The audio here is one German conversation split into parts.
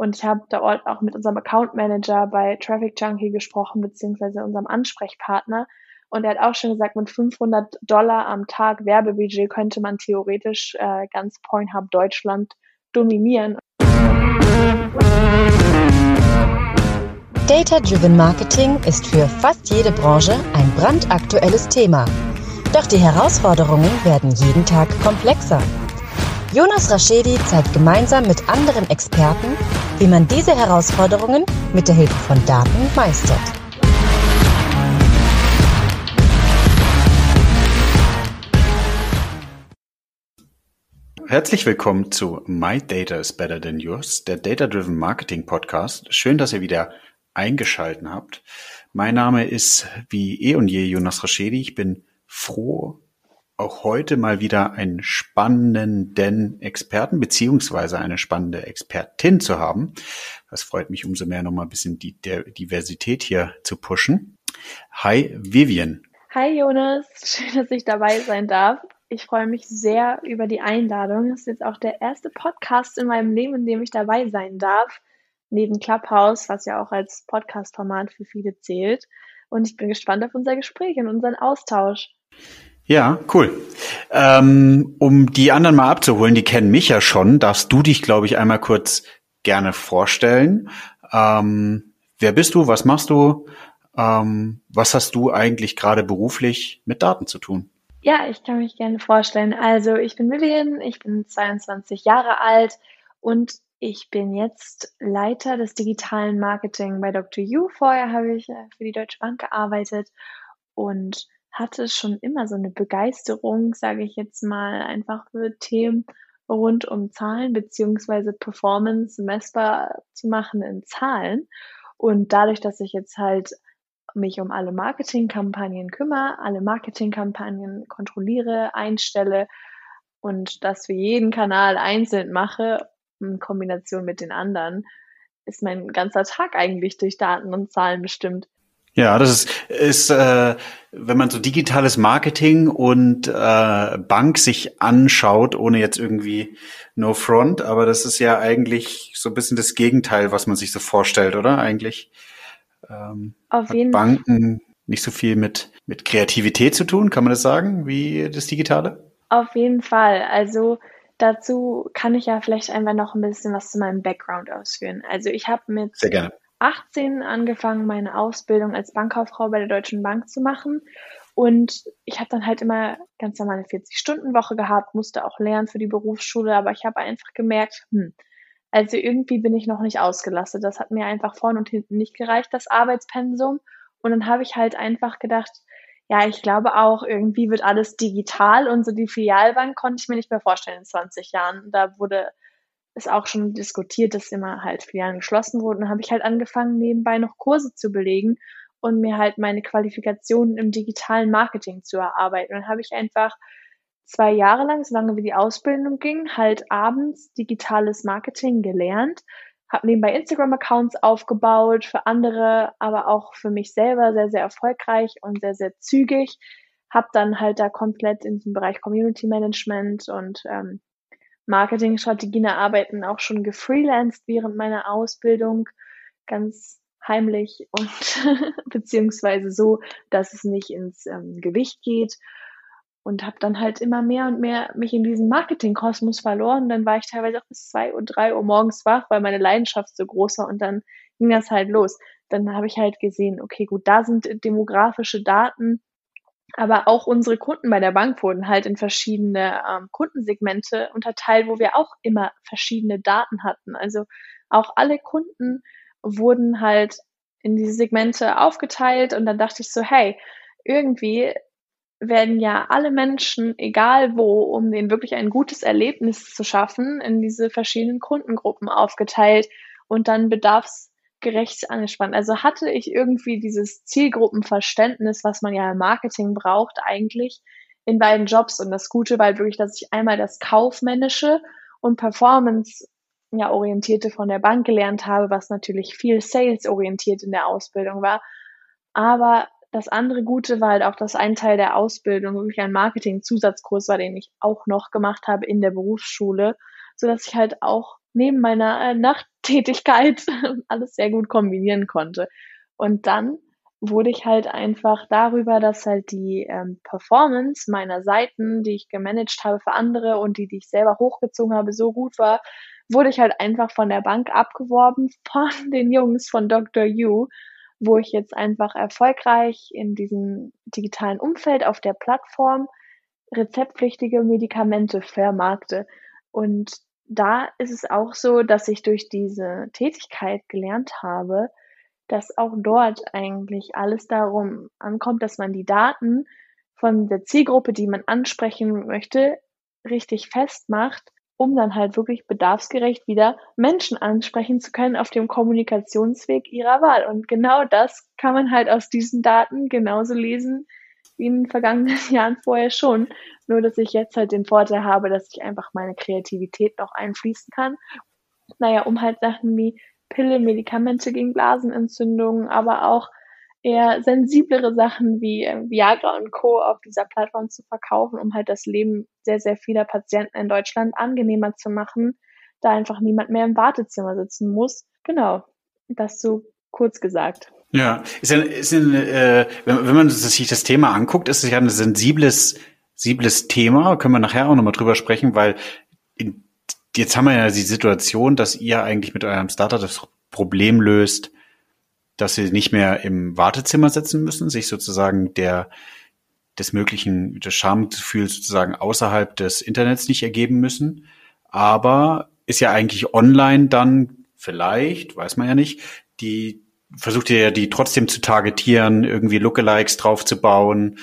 Und ich habe dort auch mit unserem Account Manager bei Traffic Junkie gesprochen, beziehungsweise unserem Ansprechpartner. Und er hat auch schon gesagt, mit $500 am Tag Werbebudget könnte man theoretisch ganz Pornhub Deutschland dominieren. Data-Driven Marketing ist für fast jede Branche ein brandaktuelles Thema. Doch die Herausforderungen werden jeden Tag komplexer. Jonas Raschedi zeigt gemeinsam mit anderen Experten, wie man diese Herausforderungen mit der Hilfe von Daten meistert. Herzlich willkommen zu My Data is Better Than Yours, der Data-Driven Marketing Podcast. Schön, dass ihr wieder eingeschaltet habt. Mein Name ist wie eh und je Jonas Raschedi. Ich bin froh, auch heute mal wieder einen spannenden Experten beziehungsweise eine spannende Expertin zu haben. Das freut mich umso mehr, nochmal ein bisschen die Diversität hier zu pushen. Hi Vivian. Hi Jonas, schön, dass ich dabei sein darf. Ich freue mich sehr über die Einladung. Das ist jetzt auch der erste Podcast in meinem Leben, in dem ich dabei sein darf, neben Clubhouse, was ja auch als Podcast-Format für viele zählt. Und ich bin gespannt auf unser Gespräch und unseren Austausch. Ja, cool. Um die anderen mal abzuholen, die kennen mich ja schon, darfst du dich, glaube ich, einmal kurz gerne vorstellen. Wer bist du? Was machst du? Was hast du eigentlich gerade beruflich mit Daten zu tun? Ja, ich kann mich gerne vorstellen. Also ich bin Vivian, ich bin 22 Jahre alt und ich bin jetzt Leiter des digitalen Marketing bei Dr. You. Vorher habe ich für die Deutsche Bank gearbeitet und hatte schon immer so eine Begeisterung, sage ich jetzt mal, einfach für Themen rund um Zahlen beziehungsweise Performance messbar zu machen in Zahlen. Und dadurch, dass ich jetzt halt mich um alle Marketingkampagnen kümmere, alle Marketingkampagnen kontrolliere, einstelle und das für jeden Kanal einzeln mache, in Kombination mit den anderen, ist mein ganzer Tag eigentlich durch Daten und Zahlen bestimmt. Ja, das ist wenn man so digitales Marketing und Bank sich anschaut, ohne jetzt irgendwie no front, aber das ist ja eigentlich so ein bisschen das Gegenteil, was man sich so vorstellt, oder? Eigentlich Auf hat jeden Banken nicht so viel mit Kreativität zu tun, kann man das sagen, wie das Digitale? Auf jeden Fall. Also dazu kann ich ja vielleicht einfach noch ein bisschen was zu meinem Background ausführen. Also ich habe mit Sehr gerne. 18 angefangen, meine Ausbildung als Bankkauffrau bei der Deutschen Bank zu machen. Und ich habe dann halt immer ganz normal eine 40-Stunden-Woche gehabt, musste auch lernen für die Berufsschule, aber ich habe einfach gemerkt, also irgendwie bin ich noch nicht ausgelastet. Das hat mir einfach vorne und hinten nicht gereicht, das Arbeitspensum. Und dann habe ich halt einfach gedacht, ja, ich glaube auch, irgendwie wird alles digital und so die Filialbank konnte ich mir nicht mehr vorstellen in 20 Jahren. Da wurde ist auch schon diskutiert, dass immer halt Filialen geschlossen wurden. Dann habe ich halt angefangen, nebenbei noch Kurse zu belegen und mir halt meine Qualifikationen im digitalen Marketing zu erarbeiten. Und dann habe ich einfach 2 Jahre lang, solange wie die Ausbildung ging, halt abends digitales Marketing gelernt, habe nebenbei Instagram-Accounts aufgebaut, für andere, aber auch für mich selber sehr, sehr erfolgreich und sehr, sehr zügig. Habe dann halt da komplett in diesem Bereich Community Management und Marketingstrategien erarbeiten, auch schon gefreelanced während meiner Ausbildung, ganz heimlich und beziehungsweise so, dass es nicht ins Gewicht geht und habe dann halt immer mehr und mehr mich in diesem Marketingkosmos verloren. Dann war ich teilweise auch bis 2 Uhr, 3 Uhr morgens wach, weil meine Leidenschaft so groß war und dann ging das halt los. Dann habe ich halt gesehen, okay, gut, da sind demografische Daten, aber auch unsere Kunden bei der Bank wurden halt in verschiedene Kundensegmente unterteilt, wo wir auch immer verschiedene Daten hatten. Also auch alle Kunden wurden halt in diese Segmente aufgeteilt und dann dachte ich so, hey, irgendwie werden ja alle Menschen, egal wo, um denen wirklich ein gutes Erlebnis zu schaffen, in diese verschiedenen Kundengruppen aufgeteilt und dann bedarfsgerecht angespannt. Also hatte ich irgendwie dieses Zielgruppenverständnis, was man ja im Marketing braucht, eigentlich in beiden Jobs. Und das Gute war halt wirklich, dass ich einmal das Kaufmännische und Performance ja, orientierte von der Bank gelernt habe, was natürlich viel Sales-orientiert in der Ausbildung war. Aber das andere Gute war halt auch, dass ein Teil der Ausbildung wirklich ein Marketing-Zusatzkurs war, den ich auch noch gemacht habe in der Berufsschule, so dass ich halt auch neben meiner Nachttätigkeit alles sehr gut kombinieren konnte. Und dann wurde ich halt einfach darüber, dass halt die Performance meiner Seiten, die ich gemanagt habe für andere und die ich selber hochgezogen habe, so gut war, wurde ich halt einfach von der Bank abgeworben von den Jungs von Dr. You, wo ich jetzt einfach erfolgreich in diesem digitalen Umfeld auf der Plattform rezeptpflichtige Medikamente vermarkte. Und da ist es auch so, dass ich durch diese Tätigkeit gelernt habe, dass auch dort eigentlich alles darum ankommt, dass man die Daten von der Zielgruppe, die man ansprechen möchte, richtig festmacht, um dann halt wirklich bedarfsgerecht wieder Menschen ansprechen zu können auf dem Kommunikationsweg ihrer Wahl. Und genau das kann man halt aus diesen Daten genauso lesen wie in den vergangenen Jahren vorher schon. Nur, dass ich jetzt halt den Vorteil habe, dass ich einfach meine Kreativität noch einfließen kann. Naja, um halt Sachen wie Pille, Medikamente gegen Blasenentzündungen, aber auch eher sensiblere Sachen wie Viagra und Co. auf dieser Plattform zu verkaufen, um halt das Leben sehr, sehr vieler Patienten in Deutschland angenehmer zu machen, da einfach niemand mehr im Wartezimmer sitzen muss. Genau, das so kurz gesagt. Ja, wenn man sich das Thema anguckt, ist es ja ein sensibles Thema. Können wir nachher auch nochmal drüber sprechen, weil jetzt haben wir ja die Situation, dass ihr eigentlich mit eurem Startup das Problem löst, dass sie nicht mehr im Wartezimmer sitzen müssen, sich sozusagen des Schamgefühls sozusagen außerhalb des Internets nicht ergeben müssen. Aber ist ja eigentlich online dann vielleicht, weiß man ja nicht, versucht ihr ja die trotzdem zu targetieren, irgendwie Lookalikes draufzubauen,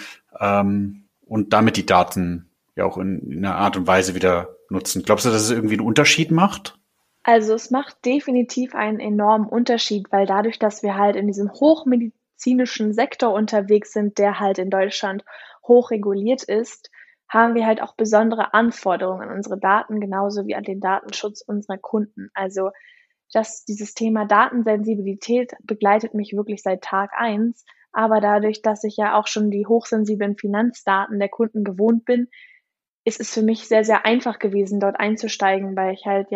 und damit die Daten ja auch in einer Art und Weise wieder nutzen. Glaubst du, dass es irgendwie einen Unterschied macht? Also es macht definitiv einen enormen Unterschied, weil dadurch, dass wir halt in diesem hochmedizinischen Sektor unterwegs sind, der halt in Deutschland hoch reguliert ist, haben wir halt auch besondere Anforderungen an unsere Daten, genauso wie an den Datenschutz unserer Kunden. Also dieses Thema Datensensibilität begleitet mich wirklich seit Tag 1. Aber dadurch, dass ich ja auch schon die hochsensiblen Finanzdaten der Kunden gewohnt bin, ist es für mich sehr, sehr einfach gewesen, dort einzusteigen, weil ich halt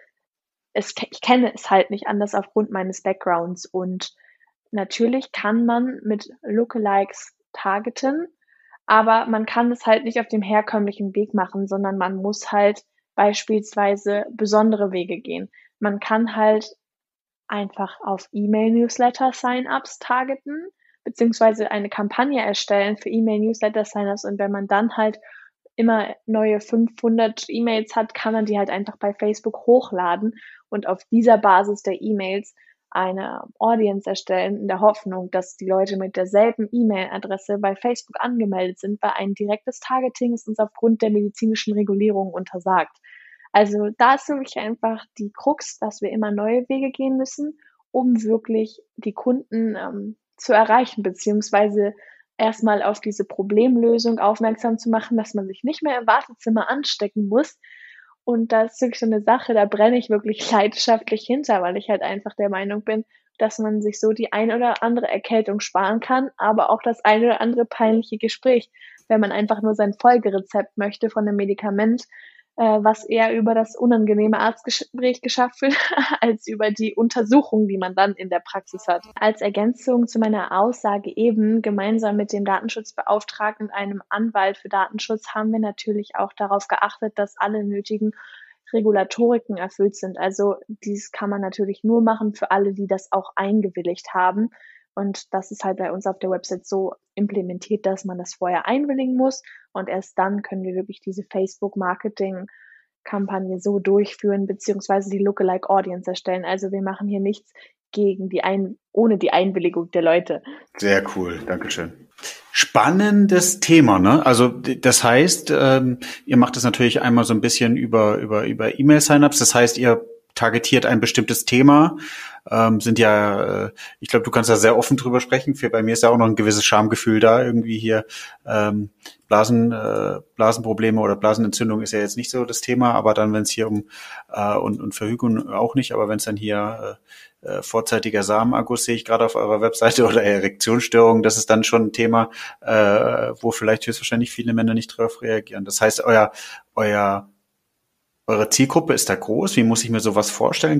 ich kenne es halt nicht anders aufgrund meines Backgrounds. Und natürlich kann man mit Lookalikes targeten, aber man kann es halt nicht auf dem herkömmlichen Weg machen, sondern man muss halt beispielsweise besondere Wege gehen. Man kann halt einfach auf E-Mail-Newsletter-Sign-ups targeten, beziehungsweise eine Kampagne erstellen für E-Mail-Newsletter-Sign-ups. Und wenn man dann halt immer neue 500 E-Mails hat, kann man die halt einfach bei Facebook hochladen und auf dieser Basis der E-Mails eine Audience erstellen, in der Hoffnung, dass die Leute mit derselben E-Mail-Adresse bei Facebook angemeldet sind, weil ein direktes Targeting ist uns aufgrund der medizinischen Regulierung untersagt. Also da ist wirklich einfach die Krux, dass wir immer neue Wege gehen müssen, um wirklich die Kunden zu erreichen, beziehungsweise erstmal auf diese Problemlösung aufmerksam zu machen, dass man sich nicht mehr im Wartezimmer anstecken muss. Und das ist wirklich so eine Sache, da brenne ich wirklich leidenschaftlich hinter, weil ich halt einfach der Meinung bin, dass man sich so die ein oder andere Erkältung sparen kann, aber auch das ein oder andere peinliche Gespräch, wenn man einfach nur sein Folgerezept möchte von einem Medikament, was eher über das unangenehme Arztgespräch geschafft wird, als über die Untersuchung, die man dann in der Praxis hat. Als Ergänzung zu meiner Aussage eben, gemeinsam mit dem Datenschutzbeauftragten und einem Anwalt für Datenschutz haben wir natürlich auch darauf geachtet, dass alle nötigen Regulatoriken erfüllt sind. Also dies kann man natürlich nur machen für alle, die das auch eingewilligt haben. Und das ist halt bei uns auf der Website so implementiert, dass man das vorher einwilligen muss. Und erst dann können wir wirklich diese Facebook-Marketing-Kampagne so durchführen, beziehungsweise die Lookalike Audience erstellen. Also wir machen hier nichts ohne die Einwilligung der Leute. Sehr cool, Dankeschön. Spannendes Thema, ne? Also das heißt, ihr macht das natürlich einmal so ein bisschen über E-Mail-Sign-ups. Das heißt, ihr targetiert ein bestimmtes Thema, ich glaube, du kannst da sehr offen drüber sprechen. Bei mir ist ja auch noch ein gewisses Schamgefühl da, irgendwie hier Blasenprobleme oder Blasenentzündung ist ja jetzt nicht so das Thema, aber dann, wenn es hier und Verhütung auch nicht, aber wenn es dann hier vorzeitiger Samenerguss sehe ich gerade auf eurer Webseite oder Erektionsstörung, das ist dann schon ein Thema, wo vielleicht höchstwahrscheinlich viele Männer nicht drauf reagieren. Das heißt, euer eure Zielgruppe ist da groß? Wie muss ich mir sowas vorstellen?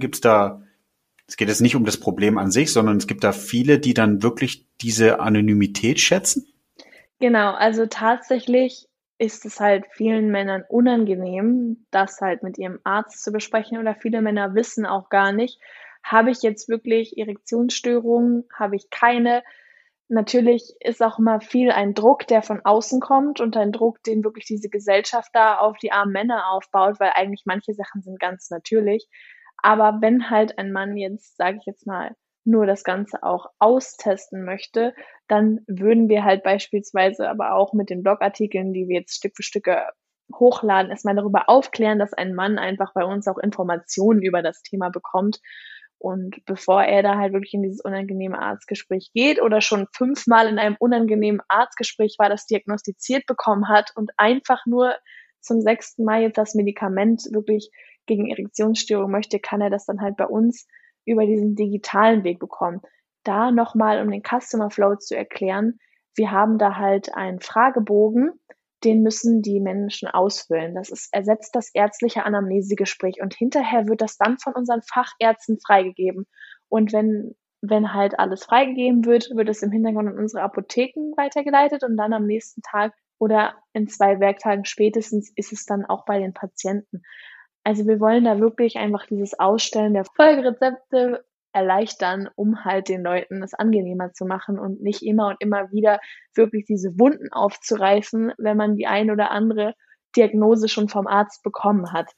Es geht jetzt nicht um das Problem an sich, sondern es gibt da viele, die dann wirklich diese Anonymität schätzen? Genau, also tatsächlich ist es halt vielen Männern unangenehm, das halt mit ihrem Arzt zu besprechen, oder viele Männer wissen auch gar nicht, habe ich jetzt wirklich Erektionsstörungen, habe ich keine? Natürlich ist auch immer viel ein Druck, der von außen kommt, und ein Druck, den wirklich diese Gesellschaft da auf die armen Männer aufbaut, weil eigentlich manche Sachen sind ganz natürlich. Aber wenn halt ein Mann jetzt, sage ich jetzt mal, nur das Ganze auch austesten möchte, dann würden wir halt beispielsweise aber auch mit den Blogartikeln, die wir jetzt Stück für Stück hochladen, erstmal darüber aufklären, dass ein Mann einfach bei uns auch Informationen über das Thema bekommt. Und bevor er da halt wirklich in dieses unangenehme Arztgespräch geht oder schon 5-mal in einem unangenehmen Arztgespräch war, das diagnostiziert bekommen hat und einfach nur zum 6. Mal jetzt das Medikament wirklich gegen Erektionsstörung möchte, kann er das dann halt bei uns über diesen digitalen Weg bekommen. Da nochmal, um den Customer Flow zu erklären, wir haben da halt einen Fragebogen, den müssen die Menschen ausfüllen. Ersetzt das ärztliche Anamnesegespräch, und hinterher wird das dann von unseren Fachärzten freigegeben. Und wenn halt alles freigegeben wird, wird es im Hintergrund an unsere Apotheken weitergeleitet, und dann am nächsten Tag oder in 2 Werktagen spätestens ist es dann auch bei den Patienten. Also wir wollen da wirklich einfach dieses Ausstellen der Folgerezepte erleichtern, um halt den Leuten es angenehmer zu machen und nicht immer und immer wieder wirklich diese Wunden aufzureißen, wenn man die ein oder andere Diagnose schon vom Arzt bekommen hat.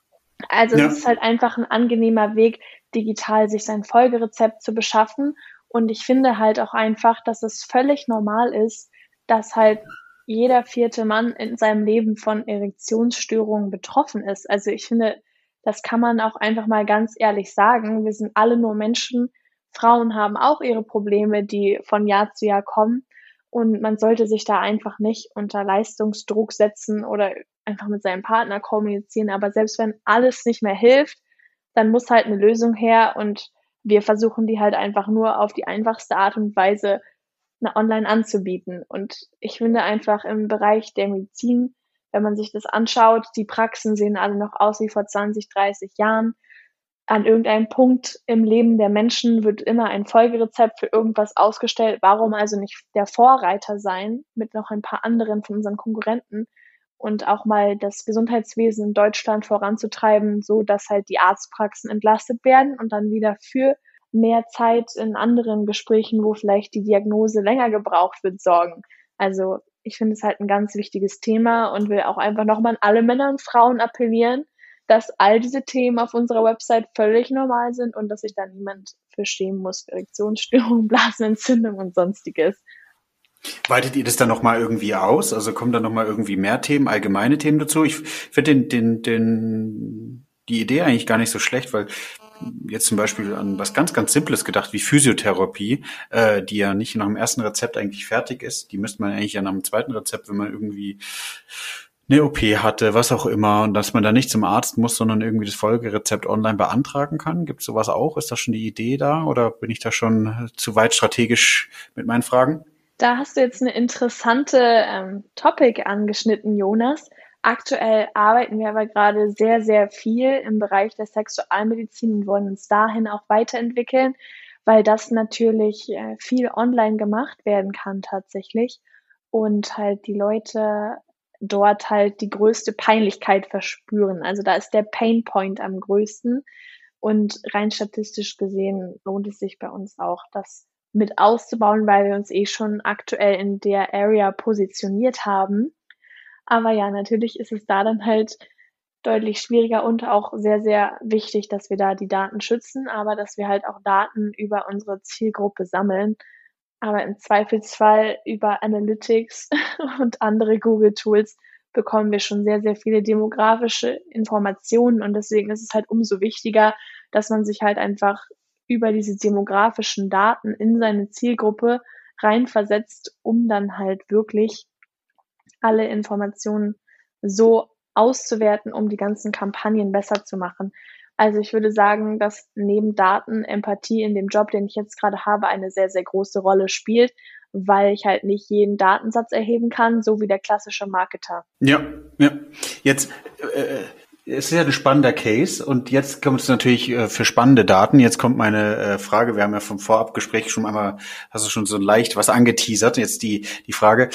Also Ja. es ist halt einfach ein angenehmer Weg, digital sich sein Folgerezept zu beschaffen. Und ich finde halt auch einfach, dass es völlig normal ist, dass halt jeder 4. Mann in seinem Leben von Erektionsstörungen betroffen ist. Also ich finde, das kann man auch einfach mal ganz ehrlich sagen. Wir sind alle nur Menschen. Frauen haben auch ihre Probleme, die von Jahr zu Jahr kommen. Und man sollte sich da einfach nicht unter Leistungsdruck setzen oder einfach mit seinem Partner kommunizieren. Aber selbst wenn alles nicht mehr hilft, dann muss halt eine Lösung her, und wir versuchen die halt einfach nur auf die einfachste Art und Weise online anzubieten. Und ich finde einfach im Bereich der Medizin, wenn man sich das anschaut, die Praxen sehen alle noch aus wie vor 20, 30 Jahren. An irgendeinem Punkt im Leben der Menschen wird immer ein Folgerezept für irgendwas ausgestellt. Warum also nicht der Vorreiter sein mit noch ein paar anderen von unseren Konkurrenten und auch mal das Gesundheitswesen in Deutschland voranzutreiben, so dass halt die Arztpraxen entlastet werden und dann wieder für mehr Zeit in anderen Gesprächen, wo vielleicht die Diagnose länger gebraucht wird, sorgen. Also ich finde es halt ein ganz wichtiges Thema und will auch einfach nochmal an alle Männer und Frauen appellieren, dass all diese Themen auf unserer Website völlig normal sind und dass sich da niemand für schämen muss, für Erektionsstörungen, Blasenentzündung und sonstiges. Weitet ihr das dann nochmal irgendwie aus? Also kommen da nochmal irgendwie mehr Themen, allgemeine Themen dazu? Ich finde die Idee eigentlich gar nicht so schlecht, weil jetzt zum Beispiel an was ganz, ganz Simples gedacht, wie Physiotherapie, die ja nicht nach dem ersten Rezept eigentlich fertig ist. Die müsste man eigentlich ja nach dem zweiten Rezept, wenn man irgendwie eine OP hatte, was auch immer, und dass man da nicht zum Arzt muss, sondern irgendwie das Folgerezept online beantragen kann. Gibt es sowas auch? Ist da schon die Idee da oder bin ich da schon zu weit strategisch mit meinen Fragen? Da hast du jetzt eine interessante Topic angeschnitten, Jonas. Aktuell arbeiten wir aber gerade sehr, sehr viel im Bereich der Sexualmedizin und wollen uns dahin auch weiterentwickeln, weil das natürlich viel online gemacht werden kann tatsächlich und halt die Leute dort halt die größte Peinlichkeit verspüren. Also da ist der Painpoint am größten, und rein statistisch gesehen lohnt es sich bei uns auch, das mit auszubauen, weil wir uns schon aktuell in der Area positioniert haben. Aber ja, natürlich ist es da dann halt deutlich schwieriger und auch sehr, sehr wichtig, dass wir da die Daten schützen, aber dass wir halt auch Daten über unsere Zielgruppe sammeln. Aber im Zweifelsfall über Analytics und andere Google-Tools bekommen wir schon sehr, sehr viele demografische Informationen, und deswegen ist es halt umso wichtiger, dass man sich halt einfach über diese demografischen Daten in seine Zielgruppe reinversetzt, um dann halt wirklich alle Informationen so auszuwerten, um die ganzen Kampagnen besser zu machen. Also ich würde sagen, dass neben Daten Empathie in dem Job, den ich jetzt gerade habe, eine sehr, sehr große Rolle spielt, weil ich halt nicht jeden Datensatz erheben kann, so wie der klassische Marketer. Ja, ja. Jetzt es ist ja ein spannender Case und jetzt kommt es natürlich für spannende Daten. Jetzt kommt meine Frage. Wir haben ja vom Vorabgespräch schon einmal, hast du schon so leicht was angeteasert. Jetzt die Frage.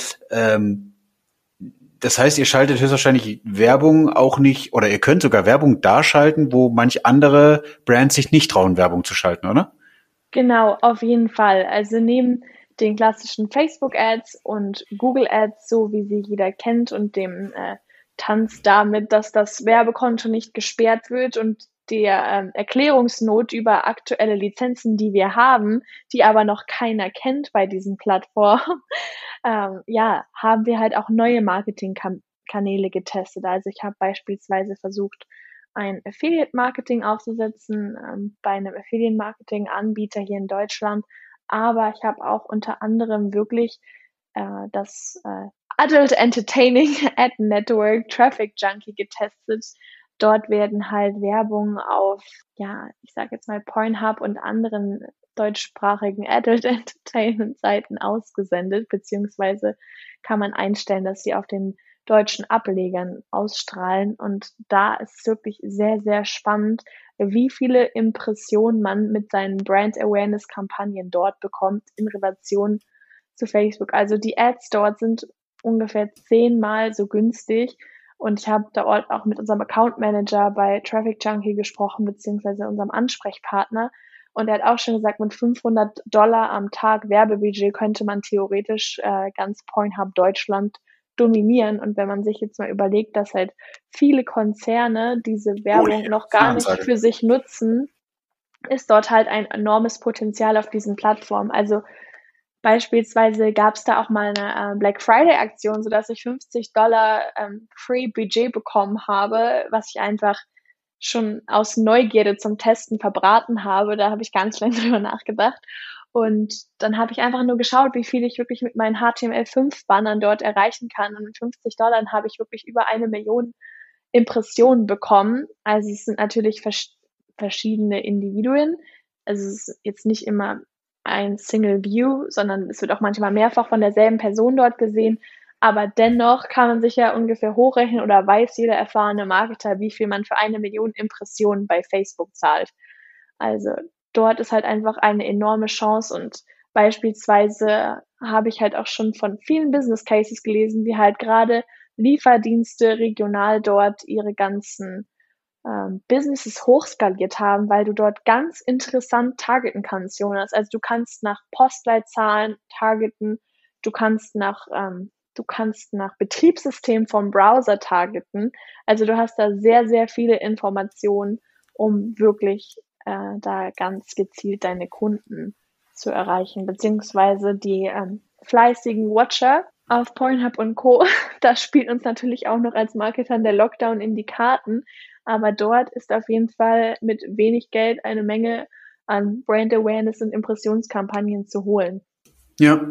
Das heißt, ihr schaltet höchstwahrscheinlich Werbung auch nicht, oder ihr könnt sogar Werbung da schalten, wo manch andere Brands sich nicht trauen, Werbung zu schalten, oder? Genau, auf jeden Fall. Also neben den klassischen Facebook-Ads und Google-Ads, so wie sie jeder kennt, und dem Tanz damit, dass das Werbekonto nicht gesperrt wird und der Erklärungsnot über aktuelle Lizenzen, die wir haben, die aber noch keiner kennt bei diesen Plattformen, ja, haben wir halt auch neue Marketingkanäle getestet. Also ich habe beispielsweise versucht, ein Affiliate-Marketing aufzusetzen bei einem Affiliate-Marketing-Anbieter hier in Deutschland. Aber ich habe auch unter anderem wirklich das Adult Entertaining Ad Network Traffic Junkie getestet. Dort werden halt Werbung auf, ja, ich sage jetzt mal Pornhub und anderen deutschsprachigen Adult Entertainment Seiten ausgesendet, beziehungsweise kann man einstellen, dass sie auf den deutschen Ablegern ausstrahlen. Und da ist es wirklich sehr, sehr spannend, wie viele Impressionen man mit seinen Brand Awareness Kampagnen dort bekommt in Relation zu Facebook. Also die Ads dort sind ungefähr 10-mal so günstig. Und ich habe dort auch mit unserem Account Manager bei Traffic Junkie gesprochen, beziehungsweise unserem Ansprechpartner. Und er hat auch schon gesagt, mit $500 am Tag Werbebudget könnte man theoretisch ganz Pornhub Deutschland dominieren. Und wenn man sich jetzt mal überlegt, dass halt viele Konzerne diese Werbung noch gar nicht für sich nutzen, ist dort halt ein enormes Potenzial auf diesen Plattformen. Also beispielsweise gab es da auch mal eine Black Friday Aktion, sodass ich $50 Free Budget bekommen habe, was ich einfach schon aus Neugierde zum Testen verbraten habe. Da habe ich ganz lange drüber nachgedacht. Und dann habe ich einfach nur geschaut, wie viel ich wirklich mit meinen HTML5-Bannern dort erreichen kann. Und mit $50 habe ich wirklich über 1 Million Impressionen bekommen. Also es sind natürlich verschiedene Individuen. Also es ist jetzt nicht immer ein Single View, sondern es wird auch manchmal mehrfach von derselben Person dort gesehen. Aber dennoch kann man sich ja ungefähr hochrechnen oder weiß jeder erfahrene Marketer, wie viel man für 1 Million Impressionen bei Facebook zahlt. Also dort ist halt einfach eine enorme Chance und beispielsweise habe ich halt auch schon von vielen Business Cases gelesen, wie halt gerade Lieferdienste regional dort ihre ganzen Businesses hochskaliert haben, weil du dort ganz interessant targeten kannst, Jonas. Also du kannst nach Postleitzahlen targeten, du kannst nach Betriebssystem vom Browser targeten. Also du hast da sehr, sehr viele Informationen, um wirklich da ganz gezielt deine Kunden zu erreichen, beziehungsweise die fleißigen Watcher auf Pornhub und Co. Da spielt uns natürlich auch noch als Marketern der Lockdown in die Karten, aber dort ist auf jeden Fall mit wenig Geld eine Menge an Brand Awareness und Impressionskampagnen zu holen. Ja,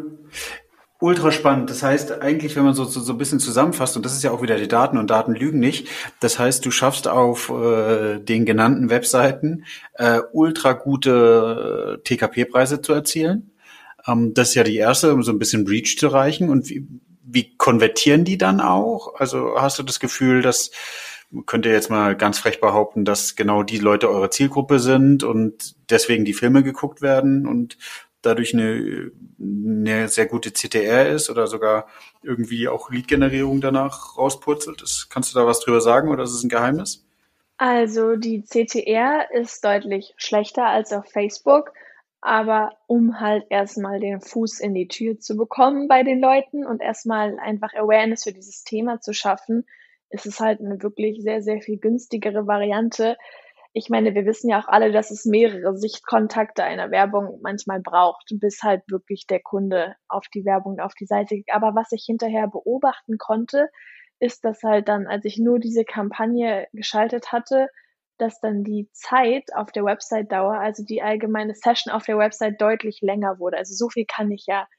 ultra spannend. Das heißt eigentlich, wenn man so ein bisschen zusammenfasst, und das ist ja auch wieder die Daten und Daten lügen nicht, das heißt, du schaffst auf den genannten Webseiten ultra gute TKP-Preise zu erzielen. Das ist ja die erste, um so ein bisschen Reach zu erreichen. Und wie konvertieren die dann auch? Also hast du das Gefühl, dass, könnt ihr jetzt mal ganz frech behaupten, dass genau die Leute eure Zielgruppe sind und deswegen die Filme geguckt werden und dadurch eine sehr gute CTR ist oder sogar irgendwie auch Lead-Generierung danach rauspurzelt? Kannst du da was drüber sagen oder ist es ein Geheimnis? Also die CTR ist deutlich schlechter als auf Facebook, aber um halt erstmal den Fuß in die Tür zu bekommen bei den Leuten und erstmal einfach Awareness für dieses Thema zu schaffen, ist es halt eine wirklich sehr, sehr viel günstigere Variante. Ich meine, wir wissen ja auch alle, dass es mehrere Sichtkontakte einer Werbung manchmal braucht, bis halt wirklich der Kunde auf die Werbung, auf die Seite geht. Aber was ich hinterher beobachten konnte, ist, dass halt dann, als ich nur diese Kampagne geschaltet hatte, dass dann die Zeit auf der Website-Dauer, also die allgemeine Session auf der Website deutlich länger wurde. Also so viel kann ich ja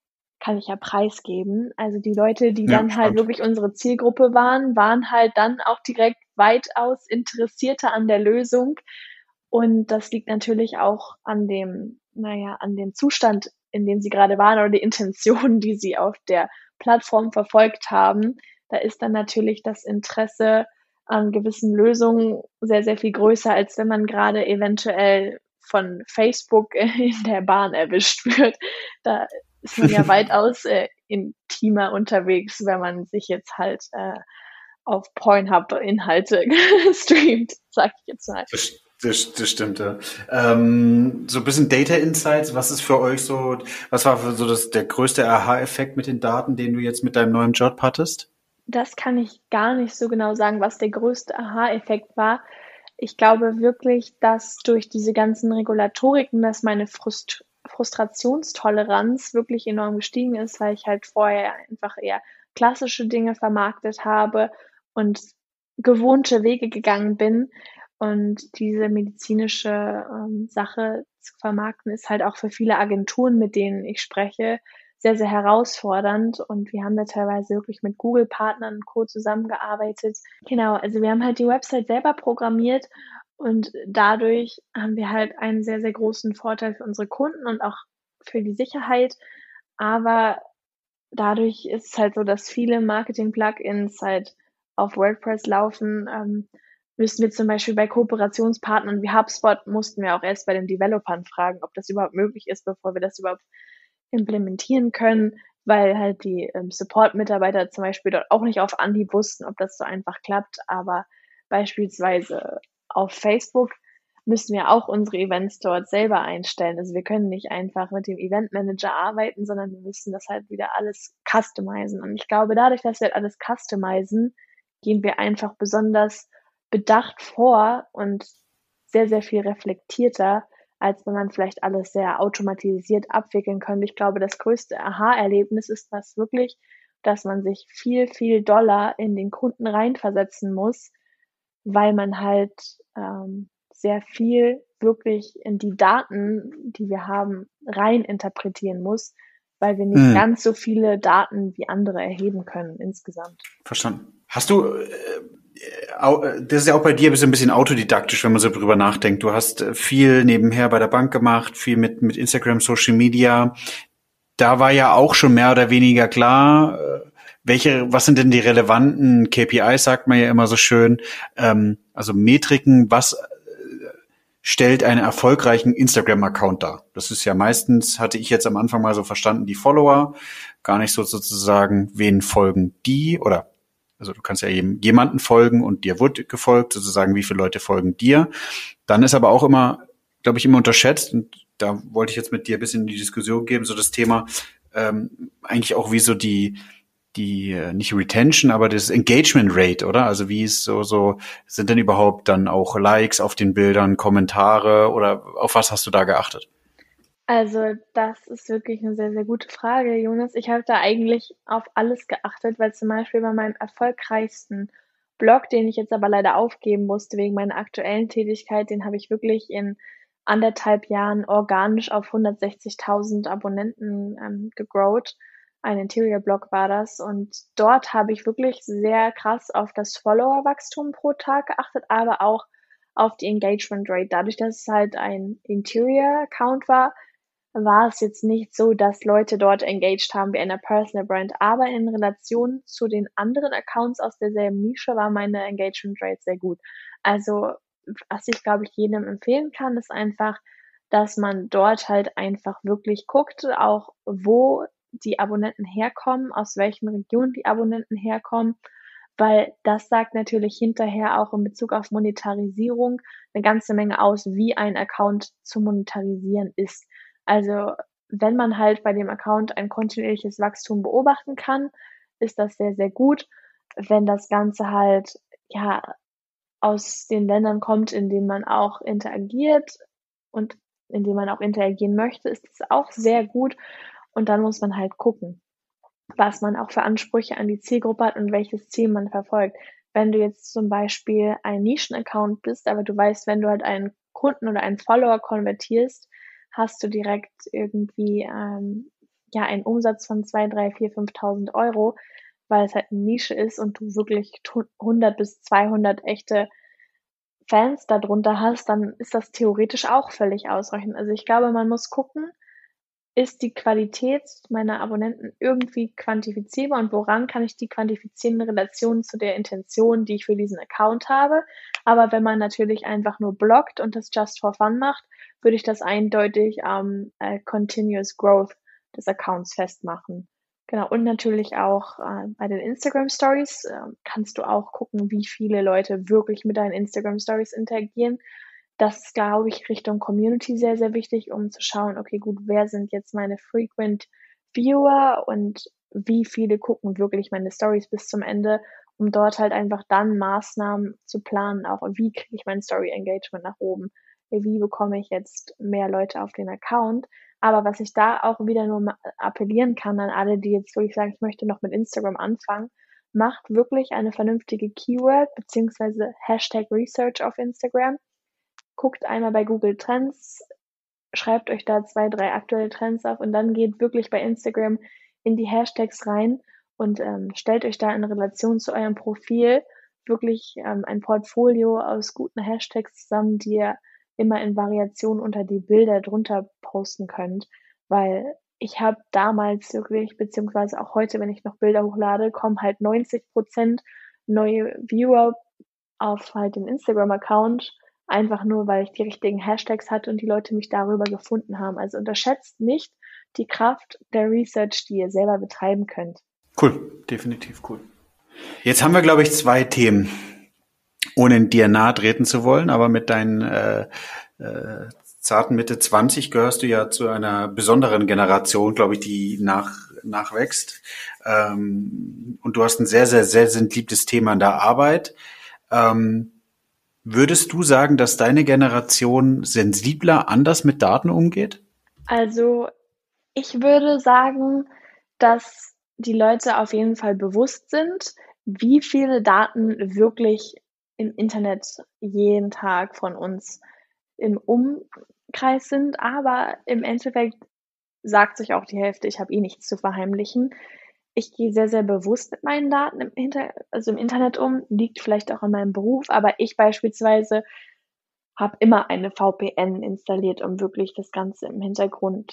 preisgeben. Also die Leute, die Ja, dann halt spannend. wirklich unsere Zielgruppe waren halt dann auch direkt weitaus interessierter an der Lösung. Und das liegt natürlich auch an dem Zustand, in dem sie gerade waren oder die Intention, die sie auf der Plattform verfolgt haben. Da ist dann natürlich das Interesse an gewissen Lösungen sehr, sehr viel größer, als wenn man gerade eventuell von Facebook in der Bahn erwischt wird. Da ist man ja weitaus intimer unterwegs, wenn man sich jetzt halt auf Pornhub Inhalte streamt, sag ich jetzt mal. Das stimmt, ja. So ein bisschen Data Insights, was ist für euch so, was war so der größte Aha-Effekt mit den Daten, den du jetzt mit deinem neuen Job hattest? Das kann ich gar nicht so genau sagen, was der größte Aha-Effekt war. Ich glaube wirklich, dass durch diese ganzen Regulatoriken, dass meine Frustrationstoleranz wirklich enorm gestiegen ist, weil ich halt vorher einfach eher klassische Dinge vermarktet habe und gewohnte Wege gegangen bin. Und diese medizinische Sache zu vermarkten, ist halt auch für viele Agenturen, mit denen ich spreche, sehr, sehr herausfordernd. Und wir haben da teilweise wirklich mit Google-Partnern und Co. zusammengearbeitet. Genau, also wir haben halt die Website selber programmiert und dadurch haben wir halt einen sehr, sehr großen Vorteil für unsere Kunden und auch für die Sicherheit. Aber dadurch ist es halt so, dass viele Marketing-Plugins halt auf WordPress laufen. Müssen wir zum Beispiel bei Kooperationspartnern wie HubSpot, mussten wir auch erst bei den Developern fragen, ob das überhaupt möglich ist, bevor wir das überhaupt implementieren können, weil halt die Support-Mitarbeiter zum Beispiel dort auch nicht auf Anhieb wussten, ob das so einfach klappt. Aber beispielsweise auf Facebook müssen wir auch unsere Events dort selber einstellen. Also wir können nicht einfach mit dem Event Manager arbeiten, sondern wir müssen das halt wieder alles customizen. Und ich glaube, dadurch, dass wir halt alles customizen, gehen wir einfach besonders bedacht vor und sehr, sehr viel reflektierter, als wenn man vielleicht alles sehr automatisiert abwickeln könnte. Ich glaube, das größte Aha-Erlebnis ist das wirklich, dass man sich viel, viel doller in den Kunden reinversetzen muss, weil man halt sehr viel wirklich in die Daten, die wir haben, rein interpretieren muss, weil wir nicht ganz so viele Daten wie andere erheben können insgesamt. Verstanden. Hast du, das ist ja auch bei dir ein bisschen autodidaktisch, wenn man so drüber nachdenkt. Du hast viel nebenher bei der Bank gemacht, viel mit Instagram, Social Media. Da war ja auch schon mehr oder weniger klar, was sind denn die relevanten KPIs, sagt man ja immer so schön, also Metriken, was stellt einen erfolgreichen Instagram-Account dar? Das ist ja meistens, hatte ich jetzt am Anfang mal so verstanden, die Follower, gar nicht so sozusagen, wen folgen die oder also du kannst ja jemanden folgen und dir wird gefolgt, sozusagen, wie viele Leute folgen dir. Dann ist aber auch immer, glaube ich, immer unterschätzt, und da wollte ich jetzt mit dir ein bisschen in die Diskussion geben, so das Thema eigentlich auch wie so die nicht Retention, aber das Engagement Rate, oder? Also wie ist so sind denn überhaupt dann auch Likes auf den Bildern, Kommentare oder auf was hast du da geachtet? Also das ist wirklich eine sehr, sehr gute Frage, Jonas. Ich habe da eigentlich auf alles geachtet, weil zum Beispiel bei meinem erfolgreichsten Blog, den ich jetzt aber leider aufgeben musste wegen meiner aktuellen Tätigkeit, den habe ich wirklich in 1,5 Jahren organisch auf 160.000 Abonnenten gegrowt. Ein Interior-Blog war das. Und dort habe ich wirklich sehr krass auf das Follower-Wachstum pro Tag geachtet, aber auch auf die Engagement Rate. Dadurch, dass es halt ein Interior-Account war es jetzt nicht so, dass Leute dort engaged haben wie eine Personal Brand, aber in Relation zu den anderen Accounts aus derselben Nische war meine Engagement Rate sehr gut. Also, was ich, glaube ich, jedem empfehlen kann, ist einfach, dass man dort halt einfach wirklich guckt, auch wo die Abonnenten herkommen, aus welchen Regionen die Abonnenten herkommen, weil das sagt natürlich hinterher auch in Bezug auf Monetarisierung eine ganze Menge aus, wie ein Account zu monetarisieren ist. Also wenn man halt bei dem Account ein kontinuierliches Wachstum beobachten kann, ist das sehr, sehr gut. Wenn das Ganze halt ja aus den Ländern kommt, in denen man auch interagiert und in denen man auch interagieren möchte, ist es auch sehr gut. Und dann muss man halt gucken, was man auch für Ansprüche an die Zielgruppe hat und welches Ziel man verfolgt. Wenn du jetzt zum Beispiel ein Nischen-Account bist, aber du weißt, wenn du halt einen Kunden oder einen Follower konvertierst, hast du direkt irgendwie einen Umsatz von 2, 3, 4, 5.000 Euro, weil es halt eine Nische ist und du wirklich 100 bis 200 echte Fans darunter hast, dann ist das theoretisch auch völlig ausreichend. Also ich glaube, man muss gucken, ist die Qualität meiner Abonnenten irgendwie quantifizierbar und woran kann ich die quantifizieren in Relation zu der Intention, die ich für diesen Account habe. Aber wenn man natürlich einfach nur bloggt und das just for fun macht, würde ich das eindeutig am Continuous Growth des Accounts festmachen. Genau, und natürlich auch bei den Instagram Stories kannst du auch gucken, wie viele Leute wirklich mit deinen Instagram Stories interagieren. Das ist, glaube ich, Richtung Community sehr, sehr wichtig, um zu schauen, okay, gut, wer sind jetzt meine Frequent Viewer und wie viele gucken wirklich meine Stories bis zum Ende, um dort halt einfach dann Maßnahmen zu planen, auch wie kriege ich mein Story Engagement nach oben, wie bekomme ich jetzt mehr Leute auf den Account. Aber was ich da auch wieder nur appellieren kann an alle, die jetzt wirklich sagen, ich möchte noch mit Instagram anfangen, macht wirklich eine vernünftige Keyword bzw. Hashtag Research auf Instagram. Guckt einmal bei Google Trends, schreibt euch da 2, 3 aktuelle Trends auf und dann geht wirklich bei Instagram in die Hashtags rein und stellt euch da in Relation zu eurem Profil wirklich ein Portfolio aus guten Hashtags zusammen, die ihr immer in Variation unter die Bilder drunter posten könnt, weil ich habe damals wirklich, beziehungsweise auch heute, wenn ich noch Bilder hochlade, kommen halt 90% neue Viewer auf halt den Instagram-Account, einfach nur, weil ich die richtigen Hashtags hatte und die Leute mich darüber gefunden haben. Also unterschätzt nicht die Kraft der Research, die ihr selber betreiben könnt. Cool, definitiv cool. Jetzt haben wir, glaube ich, 2 Themen, ohne dir nahe treten zu wollen, aber mit deinen zarten Mitte 20 gehörst du ja zu einer besonderen Generation, glaube ich, die nachwächst. Und du hast ein sehr, sehr, sehr sensibles Thema in der Arbeit. Würdest du sagen, dass deine Generation sensibler anders mit Daten umgeht? Also ich würde sagen, dass die Leute auf jeden Fall bewusst sind, wie viele Daten wirklich im Internet jeden Tag von uns im Umkreis sind. Aber im Endeffekt sagt sich auch die Hälfte, ich habe eh nichts zu verheimlichen. Ich gehe sehr, sehr bewusst mit meinen Daten im Internet um, liegt vielleicht auch an meinem Beruf, aber ich beispielsweise habe immer eine VPN installiert, um wirklich das Ganze im Hintergrund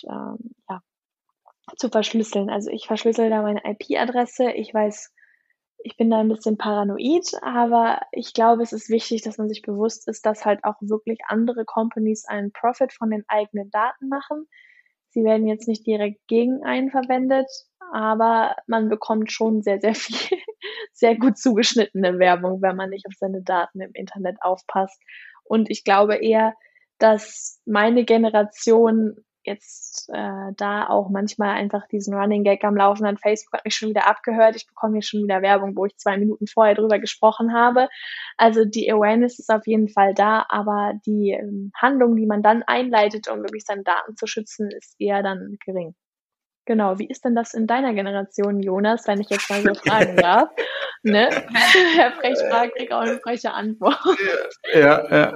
zu verschlüsseln. Also ich verschlüssel da meine IP-Adresse. Ich weiß, ich bin da ein bisschen paranoid, aber ich glaube, es ist wichtig, dass man sich bewusst ist, dass halt auch wirklich andere Companies einen Profit von den eigenen Daten machen. Sie werden jetzt nicht direkt gegen einen verwendet, aber man bekommt schon sehr, sehr viel, sehr gut zugeschnittene Werbung, wenn man nicht auf seine Daten im Internet aufpasst. Und ich glaube eher, dass meine Generation jetzt da auch manchmal einfach diesen Running Gag am Laufen hat. Facebook hat mich schon wieder abgehört. Ich bekomme hier schon wieder Werbung, wo ich 2 Minuten vorher drüber gesprochen habe. Also die Awareness ist auf jeden Fall da, aber die Handlung, die man dann einleitet, um wirklich seine Daten zu schützen, ist eher dann gering. Genau, wie ist denn das in deiner Generation, Jonas, wenn ich jetzt mal so fragen darf? Ne? Wer frech fragt, kriegt auch eine freche Antwort. Ja.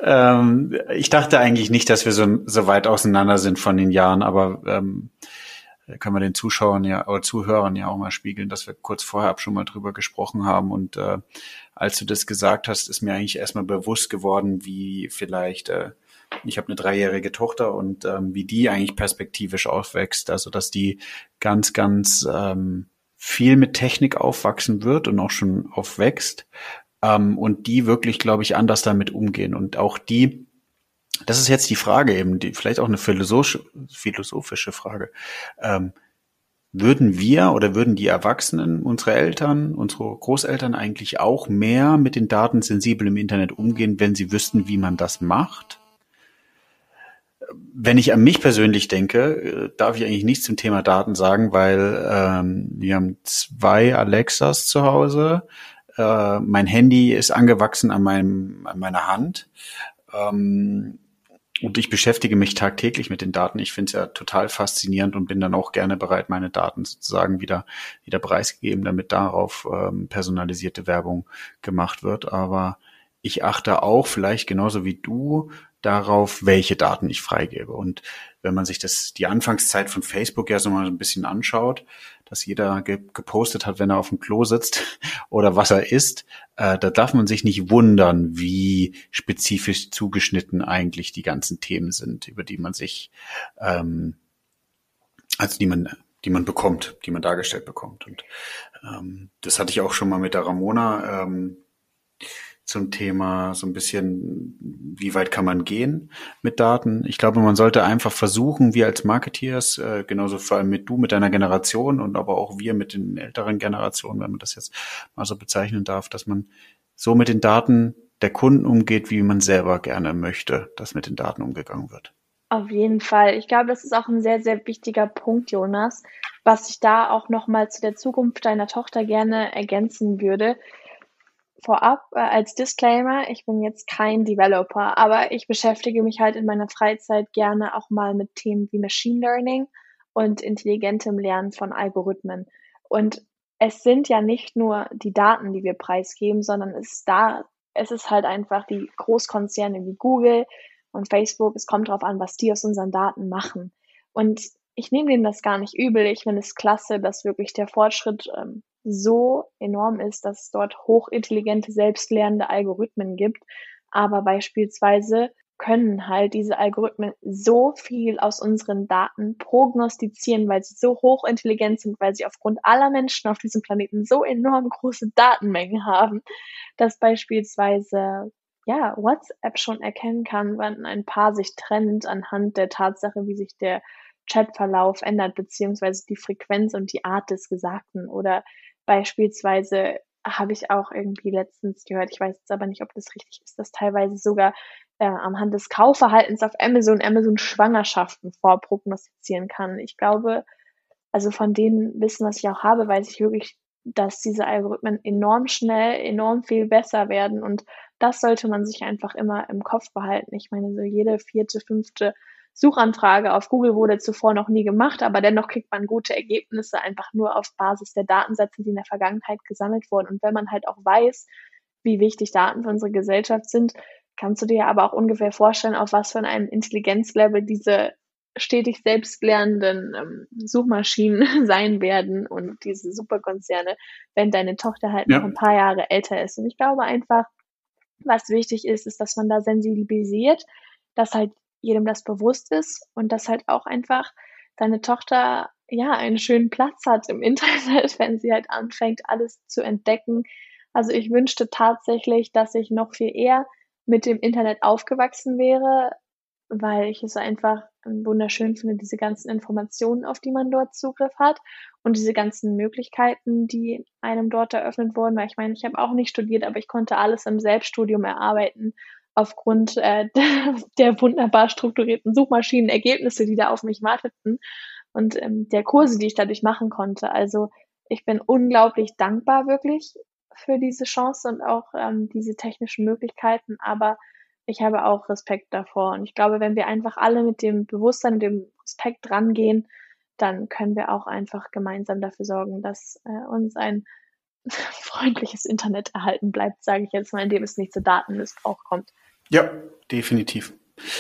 Ich dachte eigentlich nicht, dass wir so weit auseinander sind von den Jahren, aber können wir den Zuschauern oder Zuhörern ja auch mal spiegeln, dass wir kurz vorher schon mal drüber gesprochen haben. Und als du das gesagt hast, ist mir eigentlich erstmal bewusst geworden, wie vielleicht ich habe eine 3-jährige Tochter und wie die eigentlich perspektivisch aufwächst, also dass die ganz, ganz viel mit Technik aufwachsen wird und auch schon aufwächst und die wirklich, glaube ich, anders damit umgehen und auch die, das ist jetzt die Frage eben, vielleicht auch eine philosophische Frage, würden die Erwachsenen, unsere Eltern, unsere Großeltern eigentlich auch mehr mit den Daten sensibel im Internet umgehen, wenn sie wüssten, wie man das macht? Wenn ich an mich persönlich denke, darf ich eigentlich nichts zum Thema Daten sagen, weil wir haben 2 Alexas zu Hause. Mein Handy ist angewachsen an meiner Hand. Und ich beschäftige mich tagtäglich mit den Daten. Ich finde es ja total faszinierend und bin dann auch gerne bereit, meine Daten sozusagen wieder preisgegeben, damit darauf personalisierte Werbung gemacht wird. Aber ich achte auch vielleicht genauso wie du darauf, welche Daten ich freigebe. Und wenn man sich die Anfangszeit von Facebook ja so mal ein bisschen anschaut, dass jeder gepostet hat, wenn er auf dem Klo sitzt oder was er isst, da darf man sich nicht wundern, wie spezifisch zugeschnitten eigentlich die ganzen Themen sind, über die man sich Also die man bekommt, die man dargestellt bekommt. Und das hatte ich auch schon mal mit der Ramona zum Thema so ein bisschen, wie weit kann man gehen mit Daten. Ich glaube, man sollte einfach versuchen, wir als Marketeers, genauso vor allem du mit deiner Generation und aber auch wir mit den älteren Generationen, wenn man das jetzt mal so bezeichnen darf, dass man so mit den Daten der Kunden umgeht, wie man selber gerne möchte, dass mit den Daten umgegangen wird. Auf jeden Fall. Ich glaube, das ist auch ein sehr, sehr wichtiger Punkt, Jonas, was ich da auch nochmal zu der Zukunft deiner Tochter gerne ergänzen würde. Vorab als Disclaimer, ich bin jetzt kein Developer, aber ich beschäftige mich halt in meiner Freizeit gerne auch mal mit Themen wie Machine Learning und intelligentem Lernen von Algorithmen. Und es sind ja nicht nur die Daten, die wir preisgeben, sondern es ist halt einfach die Großkonzerne wie Google und Facebook. Es kommt darauf an, was die aus unseren Daten machen. Und ich nehme denen das gar nicht übel. Ich finde es klasse, dass wirklich der Fortschritt so enorm ist, dass es dort hochintelligente, selbstlernende Algorithmen gibt. Aber beispielsweise können halt diese Algorithmen so viel aus unseren Daten prognostizieren, weil sie so hochintelligent sind, weil sie aufgrund aller Menschen auf diesem Planeten so enorm große Datenmengen haben, dass beispielsweise WhatsApp schon erkennen kann, wann ein Paar sich trennt anhand der Tatsache, wie sich der Chatverlauf ändert, beziehungsweise die Frequenz und die Art des Gesagten. Oder beispielsweise habe ich auch irgendwie letztens gehört, ich weiß jetzt aber nicht, ob das richtig ist, dass teilweise sogar anhand des Kaufverhaltens auf Amazon Schwangerschaften vorprognostizieren kann. Ich glaube, also von dem Wissen, was ich auch habe, weiß ich wirklich, dass diese Algorithmen enorm schnell, enorm viel besser werden. Und das sollte man sich einfach immer im Kopf behalten. Ich meine, so jede 4., 5. Suchanfrage auf Google wurde zuvor noch nie gemacht, aber dennoch kriegt man gute Ergebnisse einfach nur auf Basis der Datensätze, die in der Vergangenheit gesammelt wurden. Und wenn man halt auch weiß, wie wichtig Daten für unsere Gesellschaft sind, kannst du dir aber auch ungefähr vorstellen, auf was für einem Intelligenzlevel diese stetig selbstlernenden Suchmaschinen sein werden und diese Superkonzerne, wenn deine Tochter halt noch ein paar Jahre älter ist. Und ich glaube einfach, was wichtig ist, ist, dass man da sensibilisiert, dass halt jedem das bewusst ist und dass halt auch einfach deine Tochter einen schönen Platz hat im Internet, wenn sie halt anfängt, alles zu entdecken. Also ich wünschte tatsächlich, dass ich noch viel eher mit dem Internet aufgewachsen wäre, weil ich es einfach wunderschön finde, diese ganzen Informationen, auf die man dort Zugriff hat und diese ganzen Möglichkeiten, die einem dort eröffnet wurden. Weil ich meine, ich habe auch nicht studiert, aber ich konnte alles im Selbststudium erarbeiten aufgrund der wunderbar strukturierten Suchmaschinenergebnisse, die da auf mich warteten und der Kurse, die ich dadurch machen konnte. Also ich bin unglaublich dankbar wirklich für diese Chance und auch diese technischen Möglichkeiten, aber ich habe auch Respekt davor. Und ich glaube, wenn wir einfach alle mit dem Bewusstsein und dem Respekt rangehen, dann können wir auch einfach gemeinsam dafür sorgen, dass uns ein freundliches Internet erhalten bleibt, sage ich jetzt mal, indem es nicht zu Datenmissbrauch kommt. Ja, definitiv.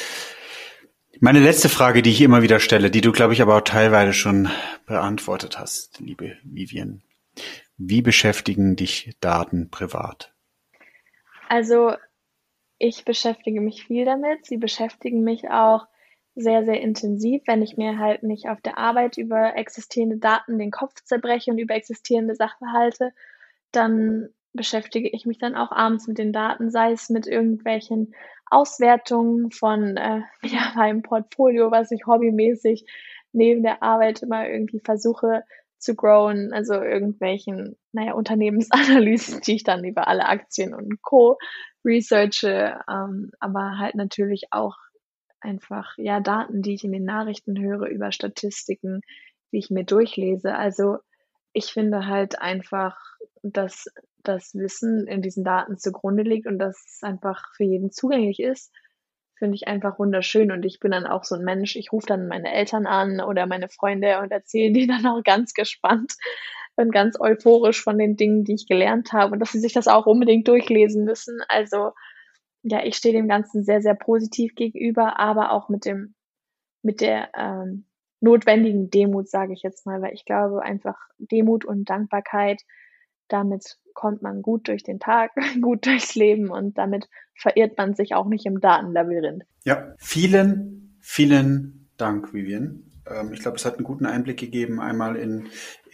Meine letzte Frage, die ich immer wieder stelle, die du, glaube ich, aber auch teilweise schon beantwortet hast, liebe Vivian. Wie beschäftigen dich Daten privat? Also ich beschäftige mich viel damit. Sie beschäftigen mich auch sehr, sehr intensiv, wenn ich mir halt nicht auf der Arbeit über existierende Daten den Kopf zerbreche und über existierende Sachverhalte, dann beschäftige ich mich dann auch abends mit den Daten, sei es mit irgendwelchen Auswertungen von meinem Portfolio, was ich hobbymäßig neben der Arbeit immer irgendwie versuche zu growen, also irgendwelchen, Unternehmensanalysen, die ich dann über alle Aktien und Co. researche, aber halt natürlich auch einfach, Daten, die ich in den Nachrichten höre über Statistiken, die ich mir durchlese. Also ich finde halt einfach, dass das Wissen in diesen Daten zugrunde liegt und dass es einfach für jeden zugänglich ist, finde ich einfach wunderschön. Und ich bin dann auch so ein Mensch, ich rufe dann meine Eltern an oder meine Freunde und erzähle denen dann auch ganz gespannt und ganz euphorisch von den Dingen, die ich gelernt habe und dass sie sich das auch unbedingt durchlesen müssen. Also ich stehe dem Ganzen sehr, sehr positiv gegenüber, aber auch mit der notwendigen Demut, sage ich jetzt mal, weil ich glaube einfach Demut und Dankbarkeit, damit kommt man gut durch den Tag, gut durchs Leben und damit verirrt man sich auch nicht im Datenlabyrinth. Ja, vielen, vielen Dank, Vivian. Ich glaube, es hat einen guten Einblick gegeben, einmal in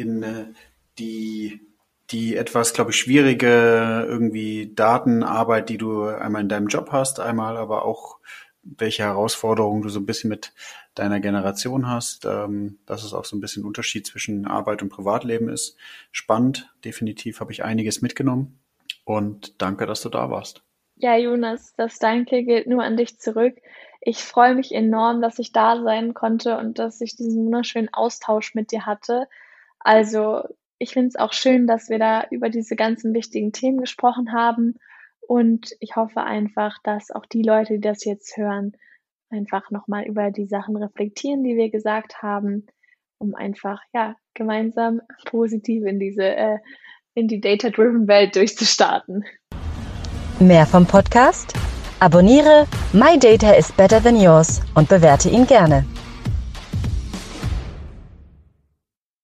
die etwas, glaube ich, schwierige irgendwie Datenarbeit, die du einmal in deinem Job hast, einmal aber auch welche Herausforderungen du so ein bisschen mit deiner Generation hast, dass es auch so ein bisschen Unterschied zwischen Arbeit und Privatleben ist. Spannend, definitiv habe ich einiges mitgenommen und danke, dass du da warst. Ja, Jonas, das Danke gilt nur an dich zurück. Ich freue mich enorm, dass ich da sein konnte und dass ich diesen wunderschönen Austausch mit dir hatte. Also, ich finde es auch schön, dass wir da über diese ganzen wichtigen Themen gesprochen haben. Und ich hoffe einfach, dass auch die Leute, die das jetzt hören, einfach nochmal über die Sachen reflektieren, die wir gesagt haben, um einfach, ja, gemeinsam positiv in die Data-Driven Welt durchzustarten. Mehr vom Podcast? Abonniere My Data is Better Than Yours und bewerte ihn gerne.